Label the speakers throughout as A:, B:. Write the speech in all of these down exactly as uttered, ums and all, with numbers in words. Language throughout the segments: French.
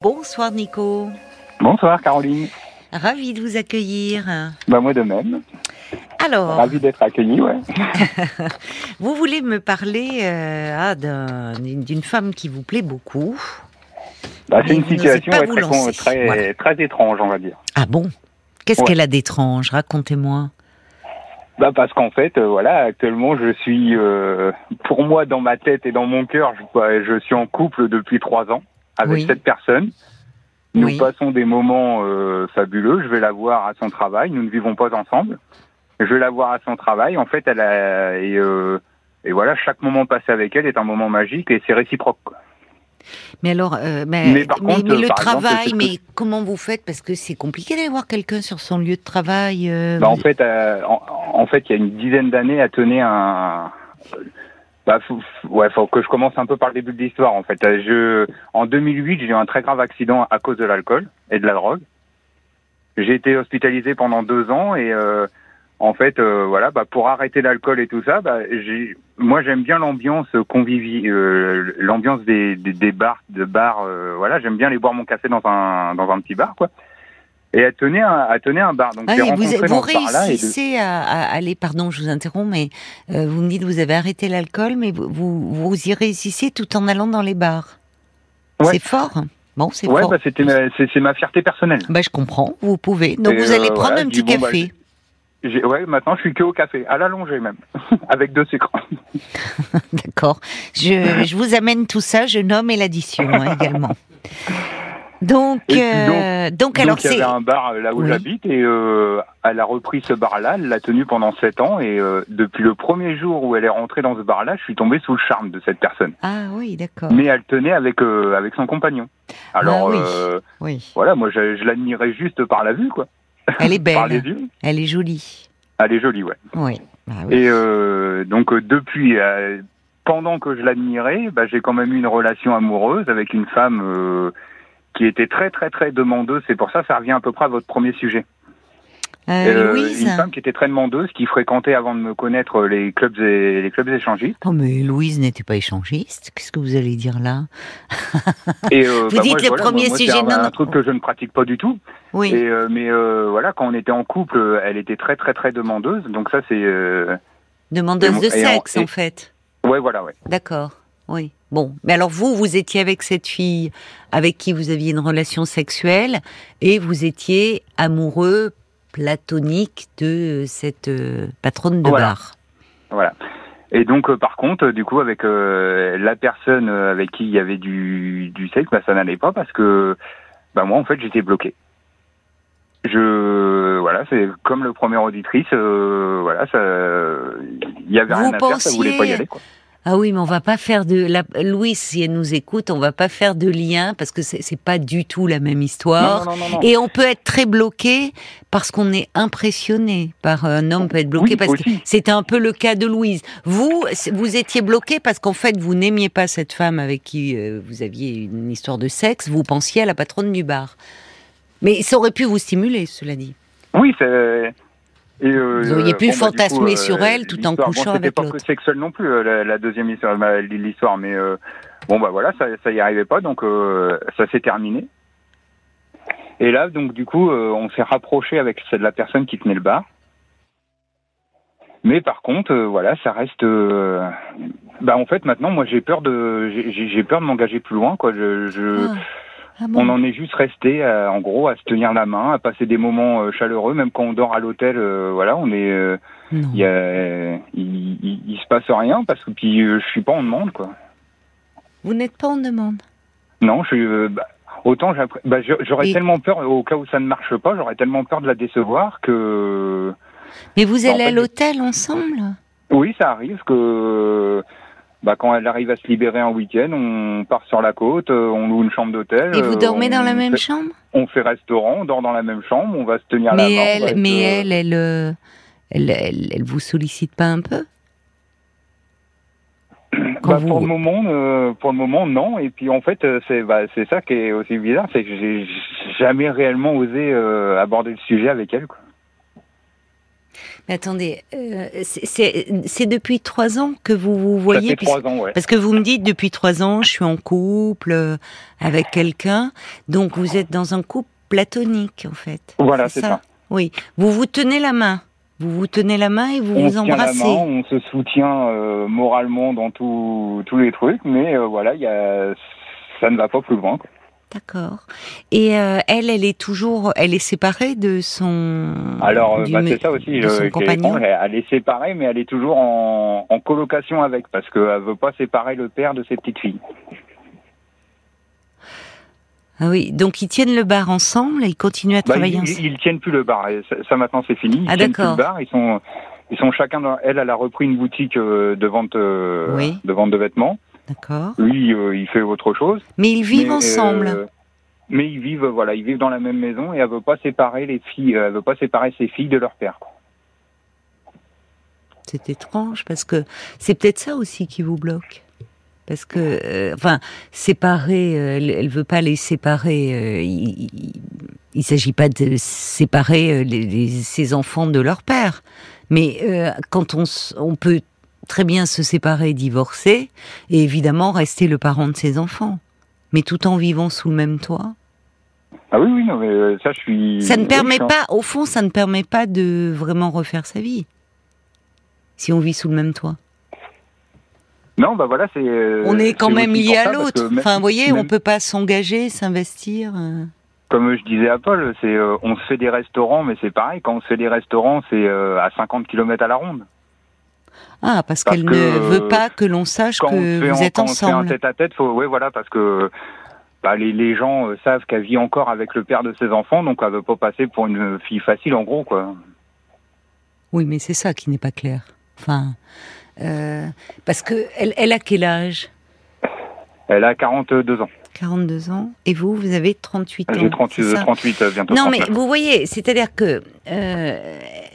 A: Bonsoir Nico.
B: Bonsoir Caroline.
A: Ravi de vous accueillir.
B: Bah moi de même.
A: Alors,
B: ravi d'être accueilli, ouais.
A: Vous voulez me parler euh, ah, d'un, d'une femme qui vous plaît beaucoup.
B: Bah, c'est une situation ouais, très,
A: lancer.
B: très,
A: Voilà.
B: très étrange, on va dire.
A: Ah bon? Qu'est-ce
B: ouais.
A: qu'elle a d'étrange? Racontez-moi.
B: Bah parce qu'en fait, euh, voilà, actuellement, je suis, euh, pour moi, dans ma tête et dans mon cœur, je, bah, je suis en couple depuis trois ans avec
A: Oui.
B: cette personne. Nous
A: Oui.
B: passons des moments euh, fabuleux. Je vais la voir à son travail. Nous ne vivons pas ensemble. Je vais la voir à son travail. En fait, elle a et, euh, et voilà, chaque moment passé avec elle est un moment magique et c'est réciproque. Quoi.
A: Mais alors, euh, mais,
B: mais, par
A: mais,
B: contre,
A: mais le
B: par
A: travail,
B: exemple,
A: mais comment vous faites? Parce que c'est compliqué d'aller voir quelqu'un sur son lieu de travail. Euh,
B: bah,
A: vous...
B: en fait, euh, en, en fait, il y a une dizaine d'années, elle tenait un. Bah, faut, ouais, faut que je commence un peu par le début de l'histoire. En fait, je, en deux mille huit, j'ai eu un très grave accident à cause de l'alcool et de la drogue. J'ai été hospitalisé pendant deux ans et euh, en fait, euh, voilà, bah, pour arrêter l'alcool et tout ça, bah, j'ai, moi j'aime bien l'ambiance convivi, euh, l'ambiance des, des, des bars, de bars, euh, voilà, j'aime bien aller boire mon café dans un dans un petit bar, quoi. Et elle tenait un, elle tenait un bar. Donc
A: ah,
B: j'ai
A: vous
B: rencontré
A: vous
B: dans ce bar-là.
A: réussissez
B: Et de...
A: à, à aller, pardon, je vous interromps, mais euh, vous me dites que vous avez arrêté l'alcool, mais vous, vous, vous y réussissez tout en allant dans les bars.
B: Ouais.
A: C'est fort. Bon, c'est
B: ouais,
A: fort.
B: Bah, c'était ma, c'est, c'est ma fierté personnelle.
A: Bah, je comprends, vous pouvez. Donc
B: et
A: vous allez
B: euh,
A: prendre
B: voilà,
A: un petit
B: dis, bon,
A: café.
B: Bah, j'ai, j'ai, ouais, maintenant je suis que au café, à l'allongée même, avec deux sucres.
A: D'accord. Je, je vous amène tout ça, jeune homme, et l'addition hein, également. Donc,
B: Et puis,
A: euh,
B: donc,
A: donc, alors
B: donc, il y
A: c'est...
B: avait un bar là où
A: oui.
B: j'habite et euh, elle a repris ce bar-là, elle l'a tenu pendant sept ans et euh, depuis le premier jour où elle est rentrée dans ce bar-là, je suis tombé sous le charme de cette personne.
A: Ah oui, d'accord.
B: Mais elle tenait avec euh, avec son compagnon. Alors,
A: ah, oui.
B: Euh,
A: oui.
B: voilà, moi je, je l'admirais juste par la vue, quoi.
A: Elle est belle.
B: Par les yeux.
A: Elle est jolie.
B: Elle est jolie, ouais.
A: Oui. Ah, oui.
B: Et euh, donc euh, depuis, euh, pendant que je l'admirais, bah, j'ai quand même eu une relation amoureuse avec une femme. Euh, qui était très très très demandeuse, c'est pour ça ça revient à peu près à votre premier sujet.
A: Euh,
B: Euh,
A: Louise.
B: Une femme qui était très demandeuse, qui fréquentait avant de me connaître les clubs et les clubs échangistes.
A: Oh mais Louise n'était pas échangiste. Qu'est-ce que vous allez dire là?
B: Et euh,
A: Vous
B: bah
A: dites
B: moi,
A: le
B: voilà,
A: premier
B: moi, moi,
A: sujet,
B: c'est un,
A: non,
B: un
A: non.
B: truc que je ne pratique pas du tout.
A: Oui.
B: Et euh, mais euh, voilà, quand on était en couple, elle était très très très demandeuse. Donc ça c'est euh,
A: demandeuse de sexe
B: en, et,
A: en fait.
B: Ouais voilà ouais.
A: D'accord. Oui. Bon, mais alors vous, vous étiez avec cette fille avec qui vous aviez une relation sexuelle et vous étiez amoureux platonique de cette euh, patronne de
B: voilà.
A: bar.
B: Voilà. Et donc euh, par contre, du coup, avec euh, la personne avec qui il y avait du, du sexe, bah, ça n'allait pas parce que bah moi en fait j'étais bloqué. Je voilà, c'est comme le premier auditrice, euh, voilà, ça, il y avait
A: vous
B: rien à
A: pensiez...
B: faire, ça voulait pas y aller quoi.
A: Ah oui, mais on va pas faire de la Louise, si elle nous écoute, on va pas faire de lien parce que c'est, c'est pas du tout la même histoire.
B: Non, non, non, non, non.
A: Et on peut être très bloqué parce qu'on est impressionné par un homme peut être bloqué
B: oui,
A: parce
B: aussi.
A: que c'était un peu le cas de Louise. Vous, vous étiez bloqué parce qu'en fait vous n'aimiez pas cette femme avec qui euh, vous aviez une histoire de sexe. Vous pensiez à la patronne du bar. Mais ça aurait pu vous stimuler, cela dit.
B: Oui, c'est. Et euh,
A: vous auriez pu
B: bon,
A: fantasmer
B: bah, coup,
A: sur
B: euh,
A: elle tout en couchant
B: bon,
A: avec
B: pas
A: l'autre.
B: C'était pas que sexuel non plus, euh, la, la deuxième histoire, l'histoire, mais euh, bon bah voilà, ça, ça y arrivait pas, donc euh, ça s'est terminé. Et là, donc du coup, euh, on s'est rapproché avec celle de la personne qui tenait le bar. Mais par contre, euh, voilà, ça reste. Euh, bah en fait, maintenant, moi, j'ai peur de, j'ai, j'ai peur de m'engager plus loin, quoi. Je. je
A: Ah. Ah bon.
B: On en est juste resté, à, en gros, à se tenir la main, à passer des moments euh, chaleureux, même quand on dort à l'hôtel. Euh, voilà, on est, euh, y a, il, il, il se passe rien parce que puis euh, je suis pas en demande, quoi.
A: Vous n'êtes pas en demande.
B: Non, je suis. Euh, bah, autant bah, j'aurais
A: Et...
B: tellement peur au cas où ça ne marche pas, j'aurais tellement peur de la décevoir que.
A: Mais vous allez
B: bah, en fait,
A: à l'hôtel ensemble?
B: Oui, ça arrive que. Bah, quand elle arrive à se libérer un week-end, on part sur la côte, on loue une chambre d'hôtel.
A: Et vous dormez dans la même
B: fait,
A: chambre?
B: On fait restaurant, on dort dans la même chambre, on va se tenir
A: mais
B: la main.
A: Elle, mais
B: être...
A: elle, elle, elle, elle, elle, elle vous sollicite pas un peu?
B: Bah,
A: vous...
B: pour le moment, euh, pour le moment, non. Et puis en fait, c'est bah, c'est ça qui est aussi bizarre, c'est que j'ai jamais réellement osé euh, aborder le sujet avec elle, quoi.
A: Mais attendez, euh, c'est, c'est, c'est depuis trois ans que vous vous voyez.
B: Ça fait trois ans, ouais.
A: Parce que vous me dites depuis trois ans, je suis en couple euh, avec quelqu'un, donc vous êtes dans un couple platonique en fait.
B: Voilà, c'est, c'est ça. ça.
A: Oui, vous vous tenez la main. Vous vous tenez la main et vous
B: on
A: vous embrassez.
B: Se tient la main, on se soutient euh, moralement dans tout, tous les trucs, mais euh, voilà, y a, ça ne va pas plus loin, quoi.
A: D'accord. Et euh, elle, elle est toujours, elle est séparée de son.
B: Alors,
A: du,
B: bah, c'est ça aussi.
A: de son
B: euh,
A: compagnon.
B: Elle, elle est séparée, mais elle est toujours en, en colocation avec, parce qu'elle veut pas séparer le père de ses petites filles.
A: Ah oui, donc ils tiennent le bar ensemble et ils continuent à travailler
B: bah, ils,
A: ensemble.
B: Ils, ils tiennent plus le bar. Ça, ça maintenant c'est fini. Ils
A: ah
B: tiennent
A: d'accord.
B: plus le bar. Ils sont, ils sont chacun. Dans, elle, elle a repris une boutique euh, de vente, euh,
A: oui.
B: de vente de vêtements.
A: D'accord.
B: Lui, euh, il fait autre chose.
A: Mais ils vivent
B: mais,
A: ensemble.
B: Euh, mais ils vivent, voilà, ils vivent dans la même maison et elle veut pas séparer les filles. Elle veut pas séparer ses filles de leur père.
A: C'est étrange parce que c'est peut-être ça aussi qui vous bloque. Parce que, euh, enfin, séparer, euh, elle, elle veut pas les séparer. Euh, il, il, il s'agit pas de séparer euh, les, les, ses enfants de leur père. Mais euh, quand on, on peut très bien se séparer, divorcer, et évidemment rester le parent de ses enfants, mais tout en vivant sous le même toit.
B: Ah oui, oui, non, mais ça, je suis.
A: Ça ne permet
B: oui,
A: pas, au fond, ça ne permet pas de vraiment refaire sa vie. Si on vit sous le même toit.
B: Non, bah voilà, c'est.
A: On est quand
B: c'est
A: même lié à
B: ça,
A: l'autre.
B: Même,
A: enfin, vous voyez,
B: même,
A: on peut pas s'engager, s'investir. Euh...
B: Comme je disais à Paul, c'est, euh, on se fait des restaurants, mais c'est pareil. Quand on se fait des restaurants, c'est euh, à cinquante kilomètres à la ronde.
A: Ah, parce, parce qu'elle
B: que,
A: ne veut pas que l'on sache que vous
B: en,
A: êtes
B: quand
A: ensemble.
B: Quand on se fait un tête-à-tête, faut, ouais, voilà, parce que bah, les, les gens euh, savent qu'elle vit encore avec le père de ses enfants, donc elle veut pas passer pour une fille facile, en gros, quoi.
A: Oui, mais c'est ça qui n'est pas clair. Enfin, euh, parce que elle, elle a quel âge ?
B: Elle a quarante-deux ans.
A: quarante-deux ans. Et vous, vous avez trente-huit ans.
B: J'ai trente-huit, trente-huit bientôt.
A: Non,
B: trente-neuf.
A: mais vous voyez, c'est-à-dire que euh,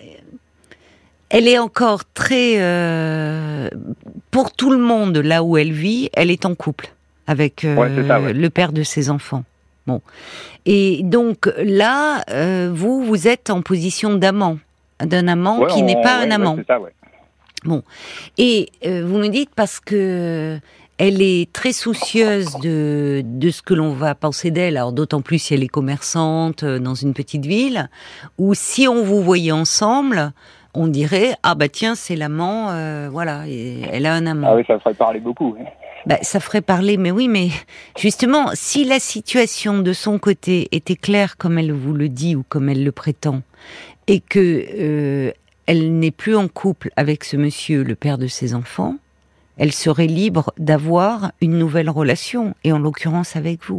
A: elle est encore très, euh, pour tout le monde là où elle vit, elle est en couple avec euh,
B: ouais, c'est ça, ouais.
A: le père de ses enfants. Bon, et donc là, euh, vous, vous êtes en position d'amant, d'un amant
B: ouais,
A: qui
B: on,
A: n'est pas
B: ouais,
A: un amant.
B: Ouais, c'est ça, ouais.
A: Bon, et euh, vous me dites parce que elle est très soucieuse de, de ce que l'on va penser d'elle, alors d'autant plus si elle est commerçante dans une petite ville, ou si on vous voyait ensemble, on dirait « Ah bah tiens, c'est l'amant, euh, voilà, et elle a un amant. »
B: Ah oui, ça ferait parler beaucoup. Oui.
A: Bah, ça ferait parler, mais oui, mais justement, si la situation de son côté était claire comme elle vous le dit ou comme elle le prétend, et que euh, elle n'est plus en couple avec ce monsieur, le père de ses enfants, elle serait libre d'avoir une nouvelle relation, et en l'occurrence avec vous.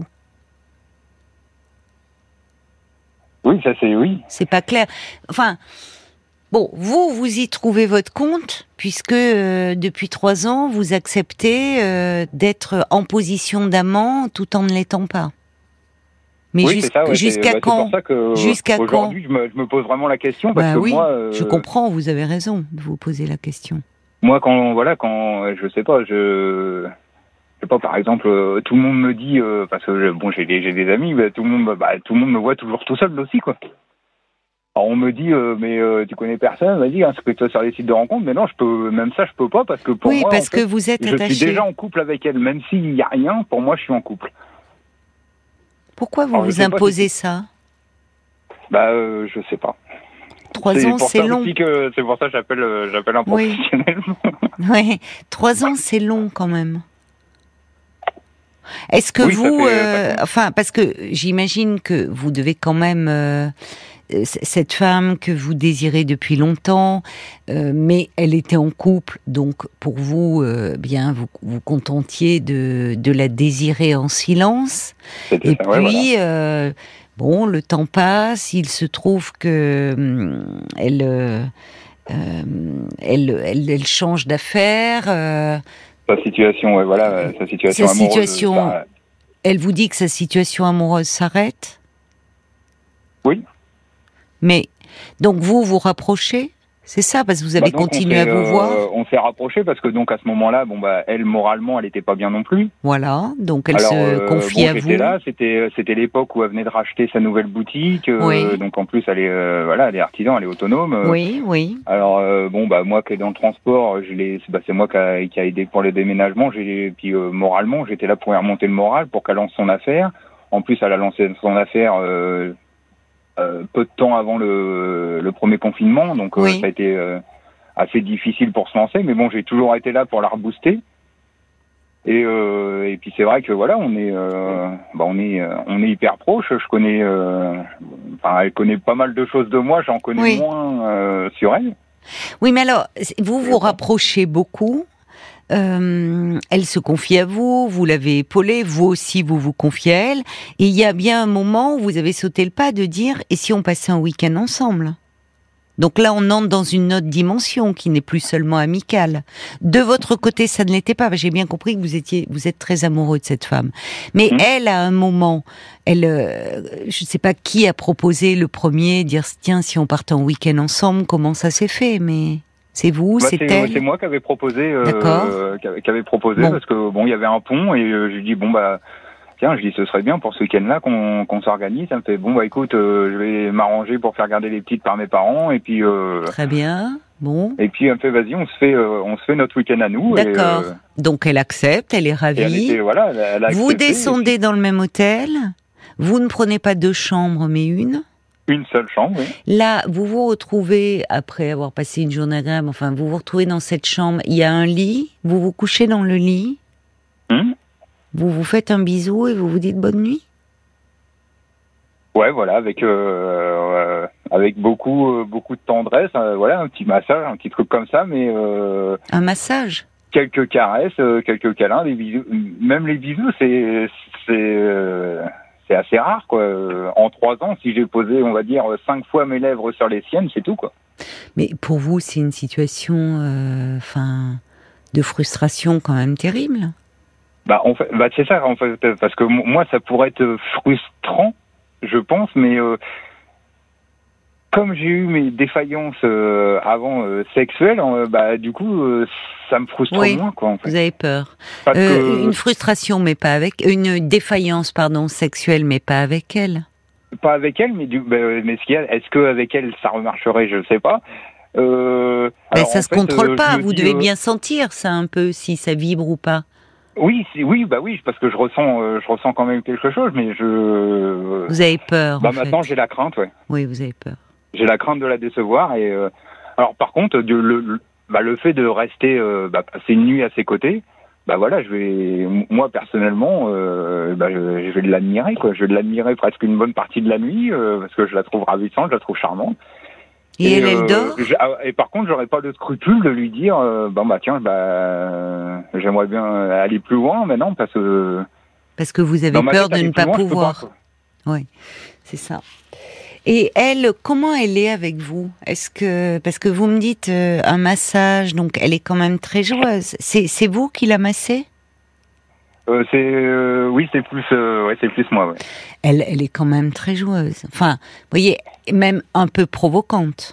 B: Oui, ça c'est oui.
A: C'est pas clair. Enfin, bon, vous, vous y trouvez votre compte, puisque euh, depuis trois ans, vous acceptez euh, d'être en position d'amant tout en ne l'étant pas. Mais
B: oui,
A: jus-
B: c'est ça, ouais,
A: jusqu'à
B: c'est,
A: quand
B: bah, c'est pour ça que,
A: Jusqu'à
B: aujourd'hui,
A: quand
B: je me, je me pose vraiment la question, parce
A: bah
B: que
A: oui,
B: moi... Euh,
A: je comprends, vous avez raison de vous poser la question.
B: Moi, quand, voilà, quand, je sais pas, je... Je sais pas, par exemple, euh, tout le monde me dit, euh, parce que bon, j'ai des, j'ai des amis, bah, tout le monde, bah, tout le monde me voit toujours tout seul aussi, quoi. Alors on me dit, euh, mais euh, tu connais personne, vas-y, inscris-toi sur les sites de rencontres. Mais non, je peux, même ça, je peux pas, parce que pour
A: oui,
B: moi,
A: parce
B: en fait,
A: que vous êtes
B: je
A: attaché.
B: suis déjà en couple avec elle, même s'il y a rien. Pour moi, je suis en couple.
A: Pourquoi vous
B: Alors,
A: vous imposez si... ça
B: Bah, euh, je sais pas.
A: Trois
B: c'est
A: ans,
B: pour
A: c'est
B: ça
A: long.
B: Aussi que, c'est pour ça que j'appelle, euh, j'appelle un professionnel.
A: Oui, ouais. Trois ans, c'est long quand même. Est-ce que
B: oui,
A: vous,
B: fait,
A: euh, enfin, parce que j'imagine que vous devez quand même euh, cette femme que vous désirez depuis longtemps, euh, mais elle était en couple, donc pour vous, euh, bien, vous vous contentiez de de la désirer en silence.
B: C'était
A: Et
B: ça,
A: puis.
B: Ouais, voilà.
A: euh, Bon, le temps passe, il se trouve que hum, elle, euh, elle, elle, elle change d'affaires. Euh,
B: sa situation, ouais, voilà, sa situation
A: sa
B: amoureuse.
A: Situation,
B: ça...
A: Elle vous dit que sa situation amoureuse s'arrête ?
B: Oui.
A: Mais, donc vous vous rapprochez ? C'est ça, parce que vous avez
B: bah donc
A: continué à vous
B: euh,
A: voir.
B: On s'est rapprochés parce que donc à ce moment-là, bon bah elle moralement, elle était pas bien non plus.
A: Voilà, donc elle
B: Alors,
A: se
B: euh,
A: confie
B: bon,
A: à vous.
B: j'étais là, c'était c'était l'époque où elle venait de racheter sa nouvelle boutique. Euh,
A: Oui.
B: Donc en plus, elle est euh, voilà, elle est artisan, elle est autonome. Euh,
A: Oui, oui.
B: Alors euh, bon bah moi qui est dans le transport, je l'ai, bah, c'est moi qui a, qui a aidé pour le déménagement. J'ai puis euh, moralement, j'étais là pour lui remonter le moral pour qu'elle lance son affaire. En plus, elle a lancé son affaire euh, euh, peu de temps avant le, le premier confinement, donc euh,
A: Oui.
B: ça a été euh, assez difficile pour se lancer. Mais bon, j'ai toujours été là pour la rebooster. Et, euh, et puis c'est vrai que voilà, on est, euh, bah on est, euh, on est hyper proches. Je connais, euh, enfin, elle connaît pas mal de choses de moi. J'en connais
A: Oui.
B: moins euh, sur elle.
A: Oui, mais alors, vous vous rapprochez beaucoup. Euh, elle se confie à vous, vous l'avez épaulée, vous aussi vous vous confiez à elle. Et il y a bien un moment où vous avez sauté le pas de dire « et si on passait un week-end ensemble ?» Donc là, on entre dans une autre dimension qui n'est plus seulement amicale. De votre côté, ça ne l'était pas. J'ai bien compris que vous étiez, vous êtes très amoureux de cette femme. Mais mmh. elle, à un moment, elle, euh, je ne sais pas qui a proposé le premier, dire tiens, si on partait en week-end ensemble, comment ça s'est fait, mais c'est vous,
B: bah,
A: c'est,
B: c'est
A: elle.
B: C'est moi qui avait proposé, euh,
A: D'accord.
B: qui avait proposé bon. Parce que bon, il y avait un pont et euh, j'ai dit bon bah. Tiens, je dis ce serait bien pour ce week-end-là qu'on qu'on s'organise. Ça me fait bon bah écoute, euh, je vais m'arranger pour faire garder les petites par mes parents et puis. Euh,
A: Très bien. Bon.
B: Et puis elle me fait vas-y, on se fait euh, on se fait notre week-end à nous.
A: D'accord.
B: Et, euh,
A: donc elle accepte, elle est ravie.
B: Et elle était, voilà, elle, elle a
A: vous
B: accepté,
A: descendez puis... dans le même hôtel. Vous ne prenez pas deux chambres mais une.
B: Une seule chambre. Oui.
A: Là, vous vous retrouvez après avoir passé une journée agréable. Enfin, vous vous retrouvez dans cette chambre. Il y a un lit. Vous vous couchez dans le lit.
B: Hum
A: Vous vous faites un bisou et vous vous dites bonne nuit.
B: Ouais, voilà, avec euh, euh, avec beaucoup euh, beaucoup de tendresse, euh, voilà, un petit massage, un petit truc comme ça, mais euh,
A: un massage.
B: Quelques caresses, euh, quelques câlins, des bisous. Même les bisous, c'est c'est euh, c'est assez rare, quoi. En trois ans, si j'ai posé, on va dire, cinq fois mes lèvres sur les siennes, c'est tout, quoi.
A: Mais pour vous, c'est une situation, enfin, euh, de frustration quand même terrible.
B: Bah, en fait, bah c'est ça, en fait, parce que moi, ça pourrait être frustrant, je pense, mais euh, comme j'ai eu mes défaillances euh, avant euh, sexuelles, euh, bah du coup, euh, ça me frustre
A: oui,
B: moins, quoi. En fait.
A: Vous avez peur.
B: Parce
A: euh,
B: que...
A: Une frustration, mais pas avec, une défaillance, pardon, sexuelle, mais pas avec elle.
B: Pas avec elle, mais du, bah, mais ce qu'il y a, est-ce que avec elle ça remarcherait, je sais pas. Euh,
A: bah, ça se fait, contrôle
B: euh,
A: pas. Vous
B: dis,
A: devez
B: euh...
A: bien sentir ça un peu, si ça vibre ou pas.
B: Oui, si, oui, bah oui, parce que je ressens, euh, je ressens quand même quelque chose, mais je.
A: Vous avez peur.
B: Bah
A: en
B: maintenant
A: fait.
B: j'ai la crainte, ouais.
A: Oui, vous avez peur.
B: J'ai la crainte de la décevoir et euh... alors par contre, de, le, le, bah, le fait de rester, euh, bah, passer une nuit à ses côtés, bah voilà, je vais, moi personnellement, euh, bah, je, je vais l'admirer, quoi. Je vais l'admirer presque une bonne partie de la nuit euh, parce que je la trouve ravissante, je la trouve charmante.
A: Et, et elle, elle dort.
B: Euh, et par contre, j'aurais pas de scrupule de lui dire, euh, bon bah tiens, bah euh, j'aimerais bien aller plus loin, mais non, parce que
A: parce que vous avez peur de ne pas loin, pouvoir. Pas, oui, c'est ça. Et elle, comment elle est avec vous? Est-ce que parce que vous me dites euh, un massage, donc elle est quand même très joueuse. C'est c'est vous qui la massez?
B: Euh, c'est euh, oui, c'est plus euh, ouais, c'est plus moi. Ouais.
A: Elle, elle est quand même très joueuse. Enfin, vous voyez, même un peu provocante.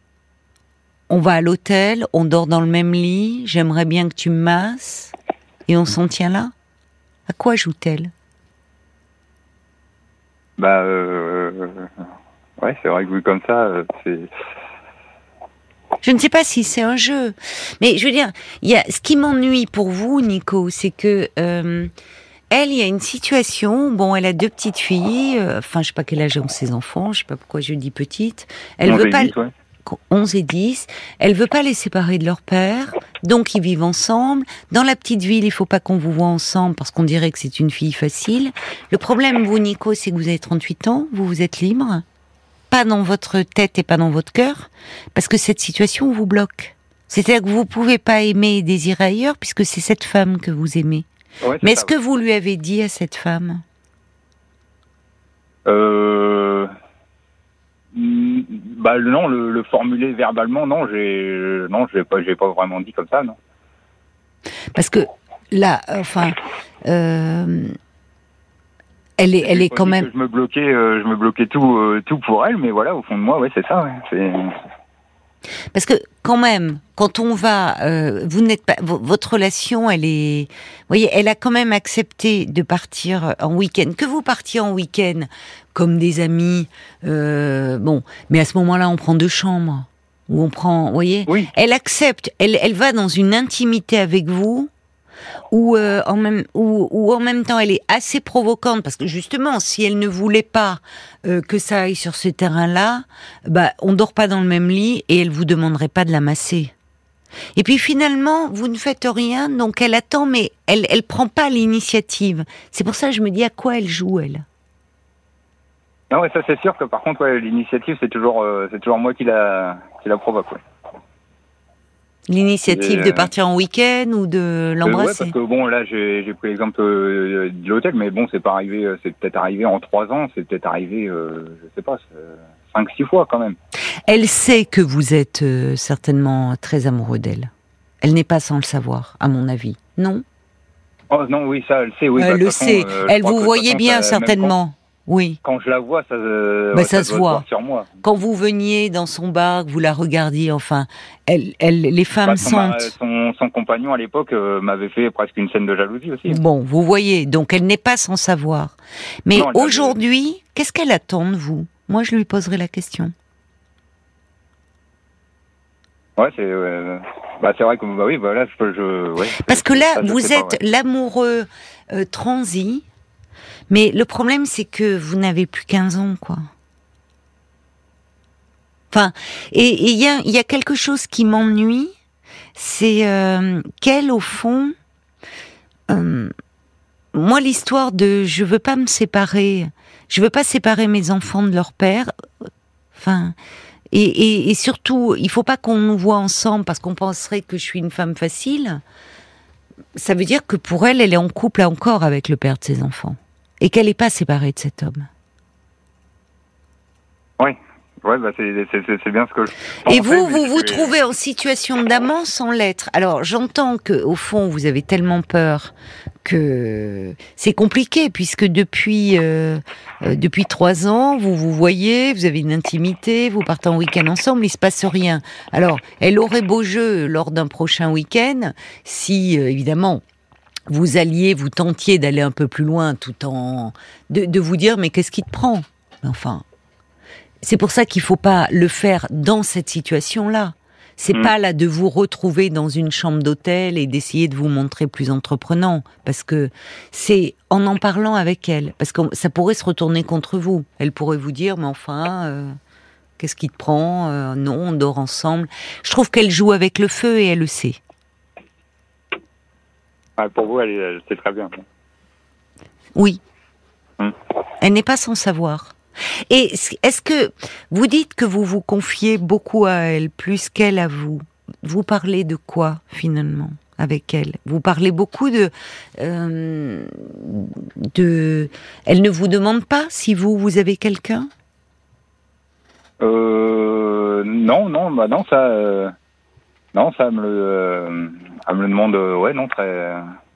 A: On va à l'hôtel, on dort dans le même lit. J'aimerais bien que tu me masses, et on s'en tient là. À quoi joue-t-elle?
B: Bah, euh, ouais, c'est vrai que vu comme ça, c'est.
A: Je ne sais pas si c'est un jeu, mais je veux dire, il y a ce qui m'ennuie pour vous, Nico, c'est que euh, elle, il y a une situation. Bon, elle a deux petites filles. Euh, enfin, je sais pas quel âge ont ses enfants. Je sais pas pourquoi je dis petite. Elle veut pas.
B: dix, ouais.
A: onze et dix. Elle veut pas les séparer de leur père. Donc, ils vivent ensemble. Dans la petite ville, il faut pas qu'on vous voit ensemble parce qu'on dirait que c'est une fille facile. Le problème, vous, Nico, c'est que vous avez trente-huit ans. Vous, vous êtes libre. Pas dans votre tête et pas dans votre cœur, parce que cette situation vous bloque. C'est-à-dire que vous pouvez pas aimer et désirer ailleurs, puisque c'est cette femme que vous aimez.
B: Ouais,
A: mais est-ce
B: ça,
A: que
B: ouais.
A: vous lui avez dit à cette femme?
B: Euh... Bah non, le, le formuler verbalement, non, j'ai non, j'ai pas, j'ai pas vraiment dit comme ça, non.
A: Parce que là, enfin. Euh... Elle est, elle est quand même.
B: Que je me bloquais, euh, je me bloquais tout, euh, tout pour elle, mais voilà, au fond de moi, ouais, c'est ça, ouais. C'est...
A: Parce que quand même, quand on va, euh, vous n'êtes pas, v- votre relation, elle est, vous voyez, elle a quand même accepté de partir en week-end. Que vous partiez en week-end comme des amis, euh, bon, mais à ce moment-là, on prend deux chambres ou on prend, vous voyez,
B: Oui.
A: elle accepte, elle, elle va dans une intimité avec vous. Ou, euh, en même, ou, ou en même temps elle est assez provocante parce que justement si elle ne voulait pas euh, que ça aille sur ce terrain-là, bah on dort pas dans le même lit et elle vous demanderait pas de la masser. Et puis finalement vous ne faites rien donc elle attend mais elle elle prend pas l'initiative. C'est pour ça que je me dis à quoi elle joue elle.
B: Non, ouais, ça c'est sûr que par contre, ouais, l'initiative c'est toujours, euh, c'est toujours moi qui la, qui la provoque. Ouais.
A: L'initiative
B: Et,
A: de
B: euh,
A: partir en week-end ou de
B: Euh, ouais,
A: l'embrasser.
B: parce que bon, là, j'ai j'ai pris l'exemple euh, de l'hôtel, mais bon, c'est pas arrivé, euh, c'est peut-être arrivé en trois ans, c'est peut-être arrivé, euh, je sais pas, c'est cinq, six fois quand même.
A: Elle sait que vous êtes euh, certainement très amoureux d'elle. Elle n'est pas sans le savoir, à mon avis. Non ?
B: Oh non, oui, ça, elle sait, oui.
A: Elle
B: bah, de
A: le
B: toute façon,
A: sait.
B: euh, je
A: Elle
B: crois
A: vous
B: que, de toute
A: voyait
B: façon,
A: bien,
B: ça- même
A: certainement. Oui.
B: Quand, quand je la vois, ça, euh,
A: Bah,
B: ouais,
A: ça
B: ça
A: se
B: doit
A: voit.
B: se voir sur moi.
A: Quand vous veniez dans son bar, que vous la regardiez, enfin, elle, elle, les femmes
B: Bah, son, ma-
A: sentent.
B: son, son compagnon à l'époque euh, m'avait fait presque une scène de jalousie aussi.
A: Bon, vous voyez, donc elle n'est pas sans savoir. Mais
B: Non, elle m'avait-
A: aujourd'hui, qu'est-ce qu'elle attend de vous ? Moi, je lui poserai la question.
B: Ouais, c'est, euh, bah, c'est vrai que, bah oui, voilà, je peux, je, ouais.
A: Parce que là,
B: ça, je
A: vous
B: sais pas,
A: êtes
B: ouais.
A: l'amoureux euh, transi, mais le problème, c'est que vous n'avez plus quinze ans, quoi. Enfin, et il y a, y a quelque chose qui m'ennuie, c'est euh, qu'elle, au fond, euh, moi, l'histoire de je veux pas me séparer, je veux pas séparer mes enfants de leur père, enfin, et, et, et surtout, il faut pas qu'on nous voit ensemble parce qu'on penserait que je suis une femme facile. Ça veut dire que pour elle, elle est en couple encore avec le père de ses enfants et qu'elle n'est pas séparée de cet homme.
B: Ouais. Ouais, bah c'est, c'est, c'est, c'est bien ce que je
A: Et
B: pensais,
A: vous,
B: mais
A: vous
B: je
A: vous
B: suis-
A: trouvez en situation d'amant sans l'être. Alors, j'entends que, au fond, vous avez tellement peur que c'est compliqué, puisque depuis euh, euh, depuis trois ans, vous vous voyez, vous avez une intimité, vous partez en week-end ensemble, il se passe rien. Alors, elle aurait beau jeu lors d'un prochain week-end, si euh, évidemment vous alliez, vous tentiez d'aller un peu plus loin, tout en de, de vous dire mais qu'est-ce qui te prend ? Enfin. C'est pour ça qu'il faut pas le faire dans cette situation-là. C'est
B: Mm.
A: pas là de vous retrouver dans une chambre d'hôtel et d'essayer de vous montrer plus entreprenant, parce que c'est en en parlant avec elle, parce que ça pourrait se retourner contre vous. Elle pourrait vous dire, mais enfin, euh, qu'est-ce qui te prend ? Euh, Non, on dort ensemble. Je trouve qu'elle joue avec le feu et elle le sait.
B: Ah, pour vous, elle, est- elle sait très bien.
A: Oui.
B: Mm.
A: Elle n'est pas sans savoir. Et est-ce que vous dites que vous vous confiez beaucoup à elle, plus qu'elle à vous ? Vous parlez de quoi, finalement, avec elle ? Vous parlez beaucoup de... euh, de... Elle ne vous demande pas si vous, vous avez quelqu'un ?
B: Euh, non, non, bah non, ça, euh, non, ça elle me le, euh, elle me le demande, euh, ouais, non, très.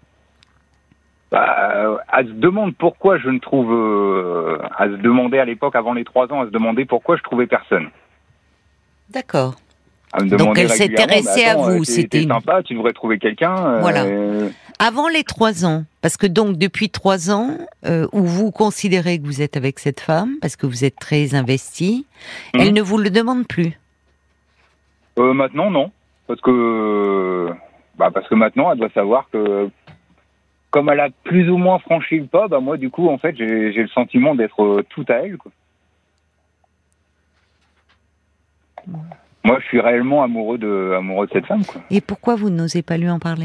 B: Bah, euh, elle se demande pourquoi je ne trouve, euh, elle se demandait à l'époque, avant les trois ans, elle se demandait pourquoi je trouvais personne.
A: D'accord.
B: Elle me
A: Donc
B: demandait
A: elle
B: régulièrement,
A: s'intéressait
B: bah, attends,
A: à vous,
B: euh, t'es-
A: c'était
B: t'es
A: une-
B: sympa, tu devrais trouver quelqu'un. euh,
A: Voilà.
B: euh,
A: Avant les trois ans, parce que donc depuis trois ans, euh, où vous considérez que vous êtes avec cette femme, parce que vous êtes très investi,
B: Mhm.
A: elle ne vous le demande plus.
B: euh, maintenant, non, parce que, bah, parce que maintenant, elle doit savoir que, comme elle a plus ou moins franchi le pas, bah moi, du coup, en fait, j'ai, j'ai le sentiment d'être euh, tout à elle, quoi. Moi, je suis réellement amoureux de, amoureux de cette femme, quoi.
A: Et pourquoi vous n'osez pas lui en parler ?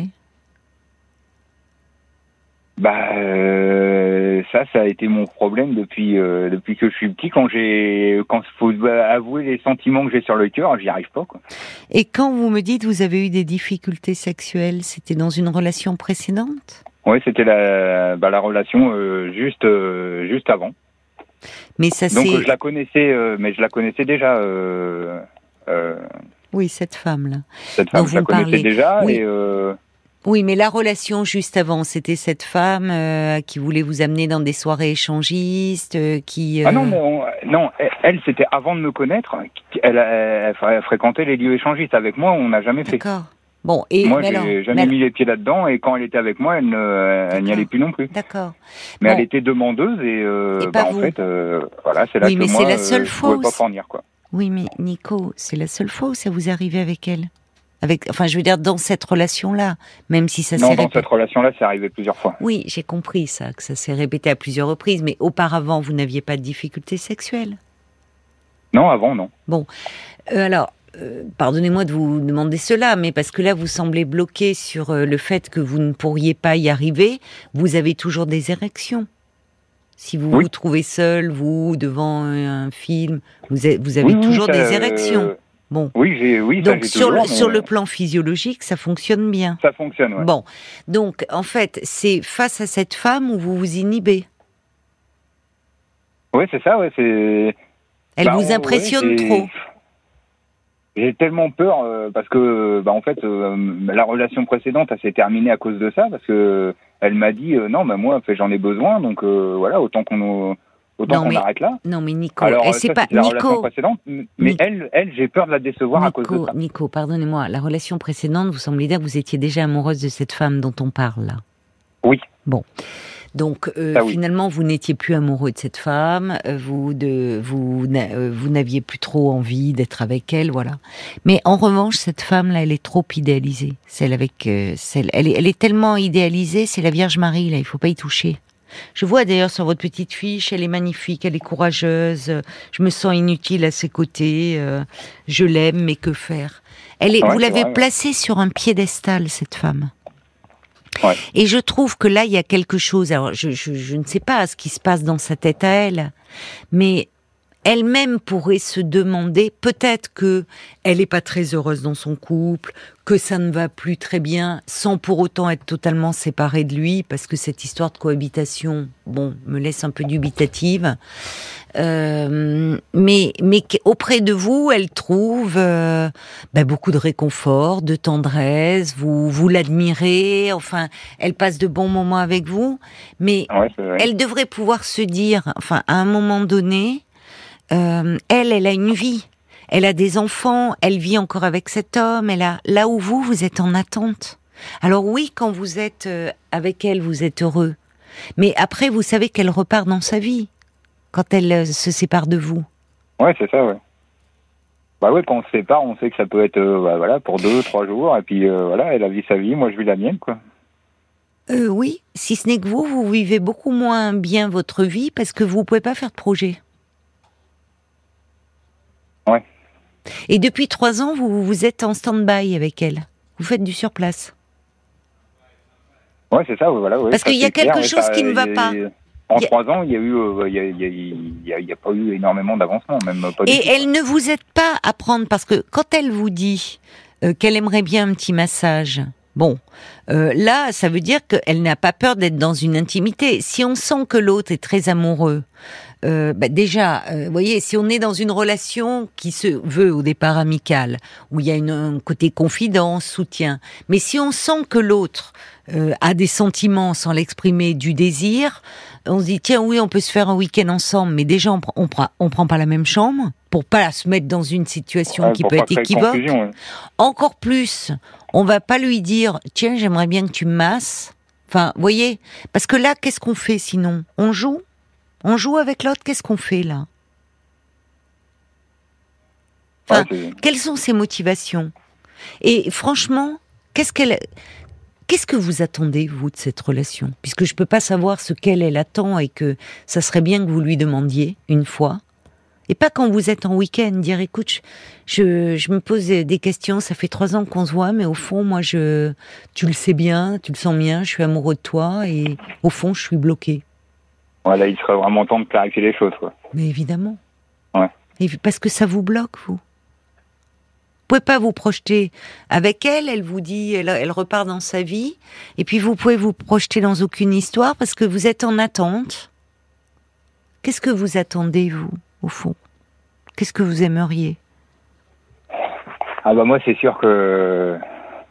B: Bah, euh, ça, ça a été mon problème depuis, euh, depuis que je suis petit. Quand j'ai, quand il faut avouer les sentiments que j'ai sur le cœur, j'y arrive pas, quoi.
A: Et quand vous me dites vous avez eu des difficultés sexuelles, c'était dans une relation précédente ?
B: Ouais, c'était la, bah, la relation euh, juste, euh, juste avant.
A: Mais ça
B: Donc,
A: c'est...
B: euh, je la connaissais, euh, mais je la connaissais déjà. Euh, euh,
A: Oui, cette femme-là.
B: cette femme,
A: Donc,
B: je la
A: vous
B: connaissais
A: parlez-
B: déjà,
A: oui.
B: et euh,
A: Oui, mais la relation juste avant, c'était cette femme euh, qui voulait vous amener dans des soirées échangistes, euh, qui... Euh...
B: Ah non, mais on, non, elle, elle, c'était avant de me connaître. Elle, elle, elle fréquentait les lieux échangistes. Avec moi, on n'a jamais fait.
A: D'accord. Bon, et
B: moi,
A: mais
B: j'ai
A: alors,
B: jamais
A: mais
B: mis les pieds là-dedans. Et quand elle était avec moi, elle, ne, elle n'y allait plus non plus.
A: D'accord.
B: Mais
A: bon.
B: elle était demandeuse et, euh,
A: et
B: bah,
A: pas
B: en
A: vous.
B: fait, euh, voilà, c'est là
A: oui,
B: que
A: mais
B: moi,
A: c'est la seule
B: euh,
A: fois
B: je pouvais
A: où
B: pas fournir, quoi.
A: Oui, mais Nico, c'est la seule fois où ça vous est arrivé avec elle. Avec, enfin, je veux dire, dans cette relation-là, même si ça s'est répété.
B: Non, dans cette relation-là, c'est arrivé plusieurs fois.
A: Oui, j'ai compris ça, que ça s'est répété à plusieurs reprises, mais auparavant, vous n'aviez pas de difficultés sexuelles?
B: Non, avant, non.
A: Bon, euh, alors, euh, pardonnez-moi de vous demander cela, mais parce que là, vous semblez bloqué sur euh, le fait que vous ne pourriez pas y arriver, vous avez toujours des érections. Si vous
B: oui.
A: vous trouvez seul, vous, devant un film, vous avez, vous avez
B: oui,
A: toujours
B: oui, ça,
A: des érections.
B: Euh...
A: Bon.
B: Oui, j'ai, oui,
A: donc
B: ça, j'ai
A: sur,
B: toujours,
A: le,
B: mais...
A: sur le plan physiologique, ça fonctionne bien.
B: Ça fonctionne, ouais.
A: Bon, donc en fait, c'est face à cette femme où vous vous inhibez.
B: Oui, c'est ça, ouais, c'est...
A: Elle
B: bah,
A: vous impressionne
B: ouais,
A: trop.
B: J'ai tellement peur euh, parce que, bah, en fait, euh, la relation précédente, elle s'est terminée à cause de ça, parce que elle m'a dit euh, non, bah moi, en fait, j'en ai besoin, donc euh, voilà, autant qu'on autant
A: non,
B: qu'on
A: mais,
B: arrête là.
A: Non, mais Nico,
B: alors
A: elle,
B: ça,
A: c'est pas
B: c'était la
A: Nico.
B: relation précédente, mais
A: Nico.
B: elle, elle, j'ai peur de la décevoir
A: Nico,
B: à cause de ça.
A: Nico, pardonnez-moi, la relation précédente, vous semblez dire que vous étiez déjà amoureuse de cette femme dont on parle là.
B: Oui.
A: Bon. Donc euh,
B: ah, oui.
A: finalement, vous n'étiez plus amoureux de cette femme, vous de, vous euh, vous n'aviez plus trop envie d'être avec elle, voilà. Mais en revanche, cette femme-là, elle est trop idéalisée. Celle avec euh, celle, elle est, elle est tellement idéalisée, c'est la Vierge Marie là, il faut pas y toucher. Je vois d'ailleurs sur votre petite fiche, elle est magnifique, elle est courageuse. Je me sens inutile à ses côtés. Euh, je l'aime, mais que faire? Elle est,
B: ouais,
A: vous l'avez
B: vrai,
A: placée
B: ouais.
A: sur un piédestal, cette femme.
B: Ouais.
A: Et je trouve que là, il y a quelque chose. Alors, je, je, je ne sais pas ce qui se passe dans sa tête à elle, mais elle-même pourrait se demander, peut-être que elle n'est pas très heureuse dans son couple, que ça ne va plus très bien, sans pour autant être totalement séparée de lui, parce que cette histoire de cohabitation, bon, me laisse un peu dubitative. Euh, mais, mais auprès de vous, elle trouve euh, ben beaucoup de réconfort, de tendresse. Vous, vous l'admirez. Enfin, elle passe de bons moments avec vous. Mais
B: ouais,
A: elle devrait pouvoir se dire, enfin, à un moment donné. Euh, elle, elle a une vie, elle a des enfants, elle vit encore avec cet homme, elle a, là où vous, vous êtes en attente. Alors oui, quand vous êtes euh, avec elle, vous êtes heureux. Mais après, vous savez qu'elle repart dans sa vie, quand elle euh, se sépare de vous.
B: Ouais, c'est ça, ouais. Bah ouais, quand on se sépare, on sait que ça peut être, euh, bah, voilà, pour deux, trois jours, et puis euh, voilà, elle a vu sa vie, moi je vis la mienne, quoi.
A: Euh, oui, si ce n'est que vous, vous vivez beaucoup moins bien votre vie, parce que vous pouvez pas faire de projet.
B: Ouais.
A: Et depuis trois ans, vous, vous êtes en stand-by avec elle. Vous faites du surplace.
B: Ouais, c'est ça, voilà. Ouais,
A: Parce
B: ça,
A: qu'il y a quelque
B: clair,
A: chose
B: ça,
A: qui ne va
B: y a,
A: pas.
B: En
A: il y a...
B: trois ans, il y a eu, euh, il y a, il y a, il y a, il y a pas eu énormément d'avancement, même pas du
A: Et
B: tout.
A: elle ne vous aide pas à prendre, parce que quand elle vous dit euh, qu'elle aimerait bien un petit massage, bon, euh, là, ça veut dire qu'elle n'a pas peur d'être dans une intimité. Si on sent que l'autre est très amoureux, Euh, bah déjà, euh, vous voyez, si on est dans une relation qui se veut au départ amicale, où il y a une, un côté confidence, soutien, mais si on sent que l'autre euh, a des sentiments sans l'exprimer, du désir, on se dit tiens oui, on peut se faire un week-end ensemble, mais déjà on, on, prend, on prend pas la même chambre pour pas se mettre dans une situation
B: ouais,
A: qui peut être équivoque.
B: Ouais.
A: Encore plus, on va pas lui dire tiens j'aimerais bien que tu me masses. Enfin, vous voyez, parce que là, qu'est-ce qu'on fait sinon? On joue? On joue avec l'autre, qu'est-ce qu'on fait là? Enfin,
B: ouais,
A: quelles sont ses motivations? Et franchement, qu'est-ce qu'elle, qu'est-ce que vous attendez vous de cette relation? Puisque je peux pas savoir ce qu'elle elle attend et que ça serait bien que vous lui demandiez une fois, et pas quand vous êtes en week-end dire écoute, je, je me pose des questions, ça fait trois ans qu'on se voit, mais au fond moi je, tu le sais bien, tu le sens bien, je suis amoureux de toi et au fond je suis bloqué.
B: Voilà, il serait vraiment temps de clarifier les choses, quoi.
A: Mais évidemment.
B: Ouais.
A: Et parce que ça vous bloque, vous. Vous pouvez pas vous projeter avec elle, elle vous dit, elle, elle repart dans sa vie, et puis vous pouvez vous projeter dans aucune histoire parce que vous êtes en attente. Qu'est-ce que vous attendez, vous, au fond? Qu'est-ce que vous aimeriez?
B: Ah bah moi, c'est sûr que